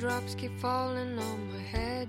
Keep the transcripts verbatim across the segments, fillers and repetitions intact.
Raindrops keep falling on my head,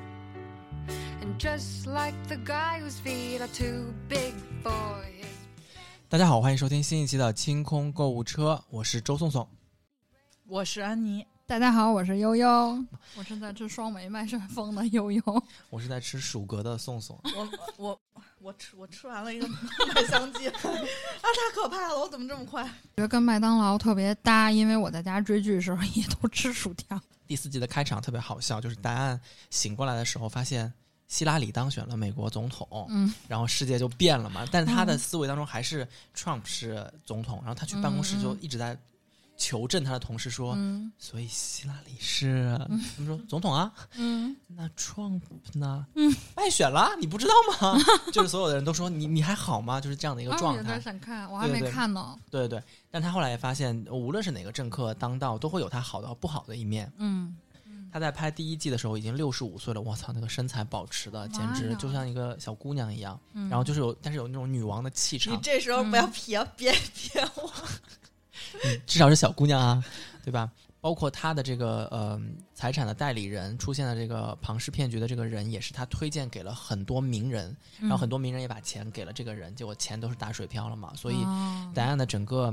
and just like the guy whose feet are too big for his。 大家好，欢迎收听新一期的清空购物车，我是周颂颂， 我是安妮。 大家好，我是悠悠，我是在吃双梅麦旋风的悠悠， 我是在吃薯格的颂颂。 我我我吃我吃完了一个麦香鸡啊，太可怕了！我怎么这么快？ 觉得跟麦当劳特别搭，因为我在家追剧的时候也都吃薯条。 第四季的开场特别好笑，就是答案醒过来的时候，发现希拉里当选了美国总统，嗯，然后世界就变了嘛。但是他的思维当中还是 Trump 是总统，然后他去办公室就一直在求证他的同事说，嗯、所以希拉里是，嗯、他们说总统啊，嗯，那 Trump 呢？嗯，败选了，你不知道吗？就是所有的人都说你你还好吗？就是这样的一个状态。 我有点想看，我还没看呢。 对 对, 对, 对，但他后来也发现，无论是哪个政客当道，都会有他好的和不好的一面。嗯。他在拍第一季的时候已经六十五岁了，我操，那个身材保持的简直就像一个小姑娘一样，嗯、然后就是有，但是有那种女王的气场。 你这时候不要撇、嗯、别别我， 你至少是小姑娘啊，对吧？包括他的这个呃财产的代理人出现的这个庞氏骗局的这个人，也是他推荐给了很多名人，嗯、然后很多名人也把钱给了这个人，结果钱都是打水漂了嘛，所以答案的整个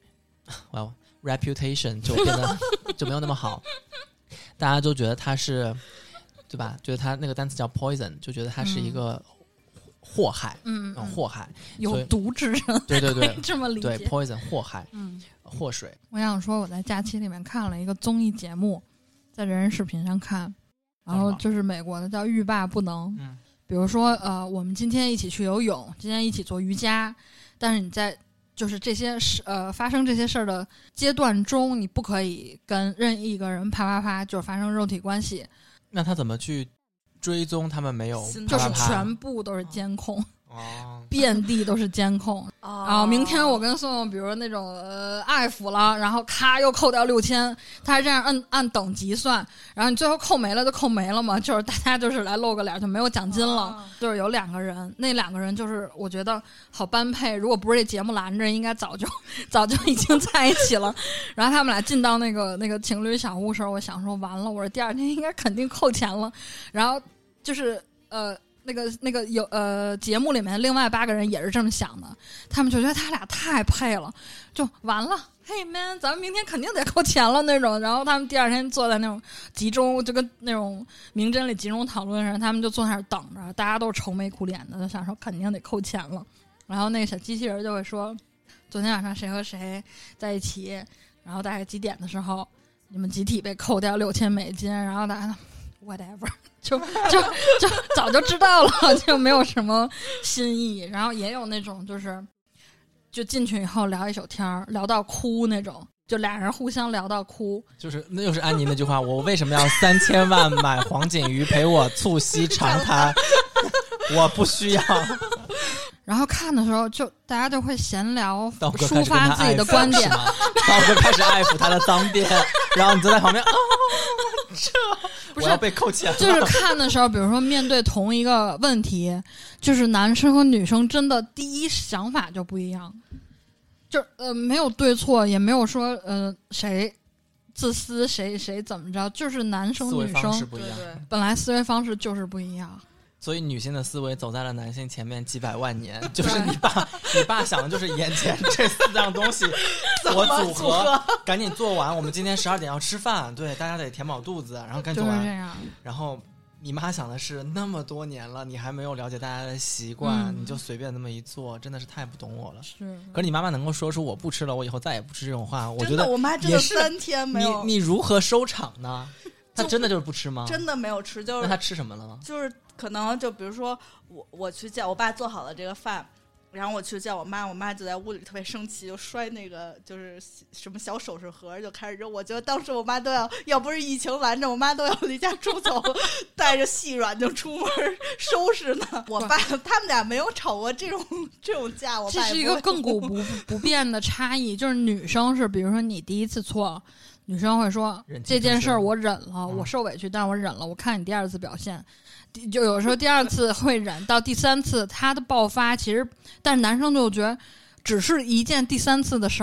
well reputation 就变得就没有那么好。大家都觉得他是，对吧？觉得他那个单词叫 poison， 就觉得他是一个祸害，嗯，嗯祸害， 有毒之人， 对对对， 这么理解， 对 poison 祸害，嗯，祸水。 我想说，我在假期里面看了一个综艺节目，在人人视频上看，然后就是美国的叫《欲罢不能》，嗯，比如说呃，我们今天一起去游泳，今天一起做瑜伽，但是你在就是这些事呃发生这些事儿的阶段中，你不可以跟任意一个人啪啪啪就是发生肉体关系。 那他怎么去追踪他们没有啪啪啪？ 就是全部都是监控。哦，遍地都是监控。哦，然后明天我跟宋宋，比如那种呃爱抚了，然后咔又扣掉六千，他是这样按按等级算，然后你最后扣没了就扣没了嘛，就是大家就是来露个脸就没有奖金了。哦、就是有两个人，那两个人就是我觉得好般配，如果不是这节目拦着，应该早就早就已经在一起了。然后他们俩进到那个那个情侣小屋时候，我想说完了，我说第二天应该肯定扣钱了。然后就是呃。那个那个有呃节目里面另外八个人也是这么想的，他们就觉得他俩太配了，就完了。嘿 man， 咱们明天肯定得扣钱了那种。然后他们第二天坐在那种集中，就跟那种名侦里集中讨论时，他们就坐那儿等着，大家都是愁眉苦脸的，就想说肯定得扣钱了。然后那个小机器人就会说，昨天晚上谁和谁在一起，然后大概几点的时候，你们集体被扣掉六千美金，然后大家。whatever 就就就早就知道了，就没有什么新意。然后也有那种就是就进去以后聊一宿天聊到哭那种，就俩人互相聊到哭。 就是那就是安妮那句话，我为什么要三千万买黄景瑜陪我促膝长谈？我不需要。 然后看的时候就大家就会闲聊抒发自己的观点， 刀哥开始爱抚他的脏辫，然后你坐在旁边啊、哦，这不是我要被扣钱了。 就是看的时候比如说面对同一个问题，就是男生和女生真的第一想法就不一样，就呃没有对错，也没有说呃谁自私谁谁怎么着，就是男生女生思维方式不一样， 本来思维方式就是不一样。 所以女性的思维走在了男性前面几百万年，就是你爸你爸想的就是眼前这四样东西我组合赶紧做完，我们今天十二点要吃饭，对，大家得填饱肚子，然后赶紧做完、 就是、这样。 然后你妈想的是那么多年了，你还没有了解大家的习惯、嗯、你就随便那么一做，真的是太不懂我了。 是， 可是你妈妈能够说出我不吃了，我以后再也不吃这种话，我觉得我妈真的三天没有。 你你如何收场呢？她真的就是不吃吗？ 真的没有吃，就是那她吃什么了呢？ 就是可能就比如说我我去叫我爸做好了这个饭，然后我去叫我妈，我妈就在屋里特别生气，就摔那个就是什么小首饰盒就开始扔。我觉得当时我妈都要要不是疫情拦着，我妈都要离家出走，带着细软就出门收拾呢。我爸他们俩没有吵过这种这种架，我爸这是一个亘古不不变的差异，就是女生是比如说你第一次错。女生会说这件事儿我忍了、嗯、我受委屈但是我忍了，我看你第二次表现，就有时候第二次会忍，到第三次他的爆发其实，但是男生就觉得只是一件第三次的事儿，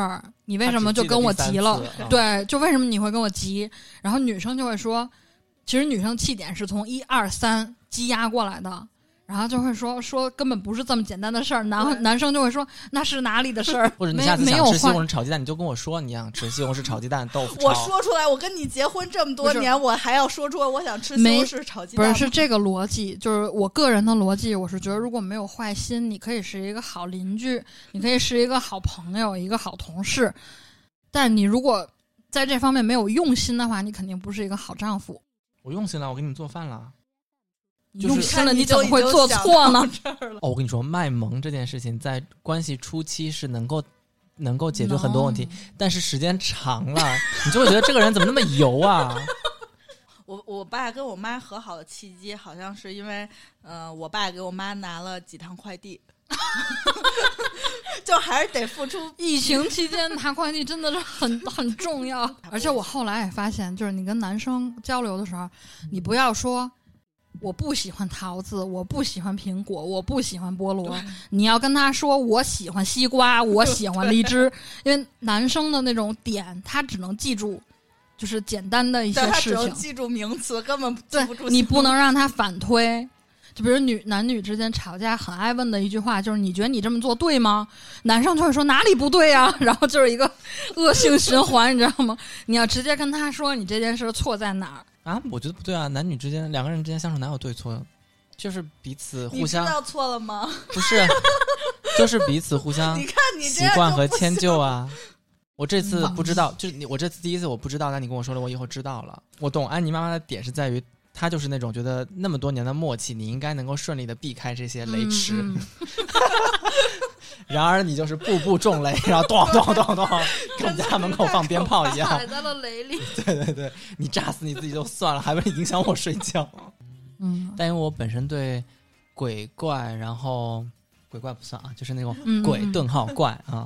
你为什么就跟我急了？ 嗯、 对，就为什么你会跟我急？然后女生就会说，其实女生气点是从一二三积压过来的。然后就会说说根本不是这么简单的事儿，男男生就会说那是哪里的事儿？ 或者你下次想吃西红柿炒鸡蛋，你就跟我说你想吃西红柿炒鸡蛋豆腐炒。 我说出来，我跟你结婚这么多年，我还要说出来我想吃西红柿炒鸡蛋？ 不是，是这个逻辑，就是我个人的逻辑，我是觉得如果没有坏心，你可以是一个好邻居，你可以是一个好朋友，一个好同事，但你如果在这方面没有用心的话，你肯定不是一个好丈夫。 我用心了，我给你们做饭了。 就是、用心了，你怎么会做错呢？ 哦，我跟你说，卖萌这件事情在关系初期是能够能够解决很多问题， no. 但是时间长了，你就会觉得这个人怎么那么油啊？ 我我爸跟我妈和好的契机，好像是因为呃，我爸给我妈拿了几趟快递，就还是得付出。 疫情期间拿快递真的是很很重要，而且我后来也发现，就是你跟男生交流的时候，你不要说。我不喜欢桃子，我不喜欢苹果，我不喜欢菠萝。你要跟他说我喜欢西瓜，我喜欢荔枝，因为男生的那种点，他只能记住就是简单的一些事情， 他只能记住名词，根本记不住。 你不能让他反推。就比如女男女之间吵架很爱问的一句话就是你觉得你这么做对吗？男生就会说哪里不对啊，然后就是一个恶性循环，你知道吗？你要直接跟他说你这件事错在哪儿。 啊，我觉得不对啊！男女之间，两个人之间相处哪有对错？就是彼此互相。 你知道错了吗？ 不是，就是彼此互相你看你习惯和迁就啊。我这次不知道，就是你我这次第一次我不知道，但你跟我说了，我以后知道了。我懂安妮妈妈的点是在于，她就是那种觉得那么多年的默契，你应该能够顺利的避开这些雷池。嗯嗯然而你就是步步中雷，然后咚咚咚咚，跟我们家门口放鞭炮一样， 踩在了雷里。 对对对，你炸死你自己就算了，还会影响我睡觉。嗯，但因为我本身对鬼怪，然后鬼怪不算啊，就是那种鬼嗯顿号怪啊，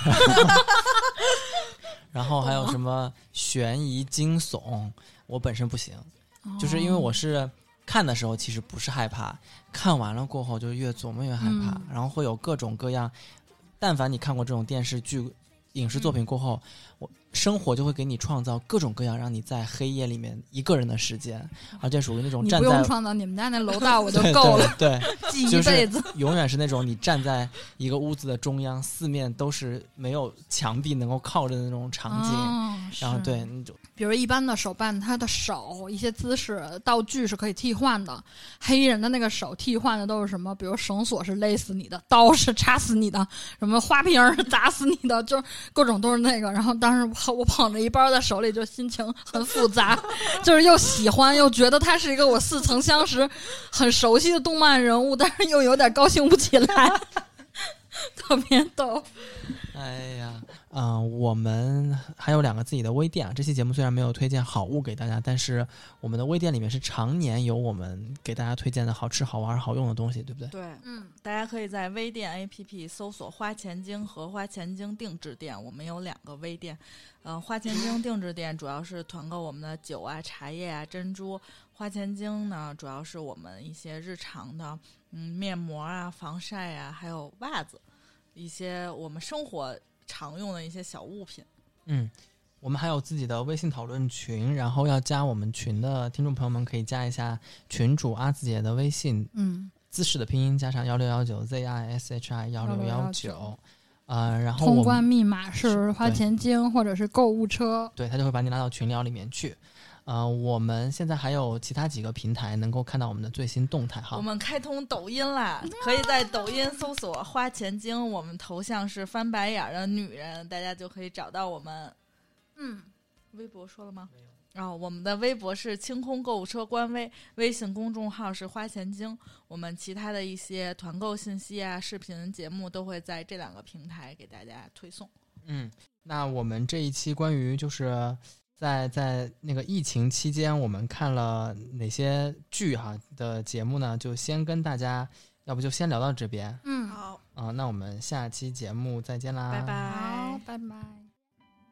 然后还有什么悬疑惊悚，我本身不行，就是因为我是。看的时候其实不是害怕，看完了过后就越琢磨越害怕、嗯、然后会有各种各样，但凡你看过这种电视剧影视作品过后、嗯、我生活就会给你创造各种各样让你在黑夜里面一个人的时间，而且属于那种站在你不用创造，你们家那楼道我就够了对, 对, 对记一辈子、 就是、永远是那种你站在一个屋子的中央，四面都是没有墙壁能够靠着的那种场景、哦、然后对那种比如一般的手办，他的手一些姿势道具是可以替换的，黑衣人的那个手替换的都是什么？比如绳索是勒死你的，刀是插死你的，什么花瓶是砸死你的，就是各种都是那个。然后当时我捧着一包在手里，就心情很复杂，就是又喜欢又觉得他是一个我似曾相识、很熟悉的动漫人物，但是又有点高兴不起来，特别逗。 哎呀，嗯、呃，我们还有两个自己的微店啊。这期节目虽然没有推荐好物给大家，但是我们的微店里面是常年有我们给大家推荐的好吃、好玩、好用的东西，对不对？ 对，嗯，大家可以在微店 A P P 搜索“花钱精”和“花钱精定制店”，我们有两个微店。呃，花钱精定制店主要是团购我们的酒啊、茶叶啊、珍珠。花钱精呢，主要是我们一些日常的，嗯，面膜啊、防晒啊，还有袜子。一些我们生活常用的一些小物品。 嗯，我们还有自己的微信讨论群，然后要加我们群的听众朋友们可以加一下群主阿紫姐的微信， 嗯， 姿势的拼音加上幺六幺九 Z I S H I 幺六幺九，呃，然后通关密码是花钱精或者是购物车， 对，他就会把你拉到群聊里面去。呃，我们现在还有其他几个平台能够看到我们的最新动态哈。 我们开通抖音啦，可以在抖音搜索“花钱精”，我们头像是翻白眼的女人，大家就可以找到我们。嗯，微博说了吗？没有。然后、哦、我们的微博是清空购物车官微，微信公众号是花钱精。我们其他的一些团购信息啊、视频节目都会在这两个平台给大家推送。 嗯，那我们这一期关于就是在在那个疫情期间我们看了哪些剧哈的节目呢，就先跟大家要不就先聊到这边。 嗯， 好啊、呃，那我们下期节目再见啦， 拜拜。 好，拜拜。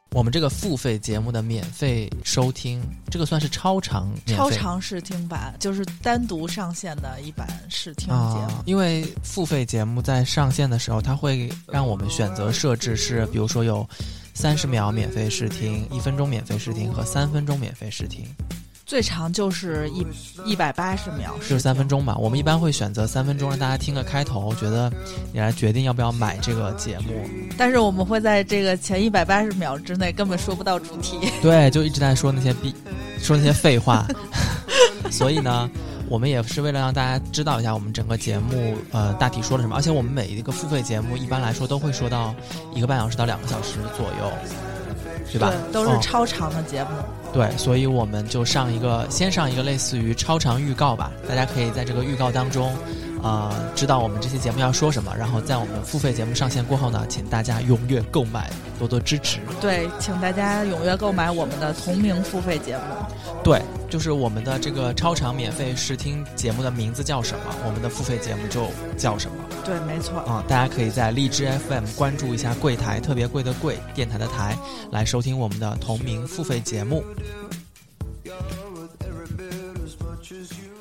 我们这个付费节目的免费收听，这个算是超长免费超长试听版，就是单独上线的一版试听节目、 啊。因为付费节目在上线的时候，它会让我们选择设置是，比如说有三十秒免费试听、一分钟免费试听和三分钟免费试听。 最长就是一一百八十秒， 就是三分钟吧。我们一般会选择三分钟，让大家听个开头，觉得你来决定要不要买这个节目。 但是我们会在这个前一百八十秒之内根本说不到主题， 对，就一直在说那些逼，说那些废话。所以呢，我们也是为了让大家知道一下我们整个节目呃大体说了什么，而且我们每一个付费节目一般来说都会说到一个半小时到两个小时左右。对吧？ 对，都是超长的节目、 哦。对，所以我们就上一个，先上一个类似于超长预告吧，大家可以在这个预告当中，呃，知道我们这期节目要说什么。然后在我们付费节目上线过后呢，请大家踊跃购买，多多支持。 对，请大家踊跃购买我们的同名付费节目。 对，就是我们的这个超长免费试听节目的名字叫什么，我们的付费节目就叫什么。 对，没错啊、嗯，大家可以在荔枝 F M 关注一下柜台，特别贵的贵，电台的台，来收听我们的同名付费节目。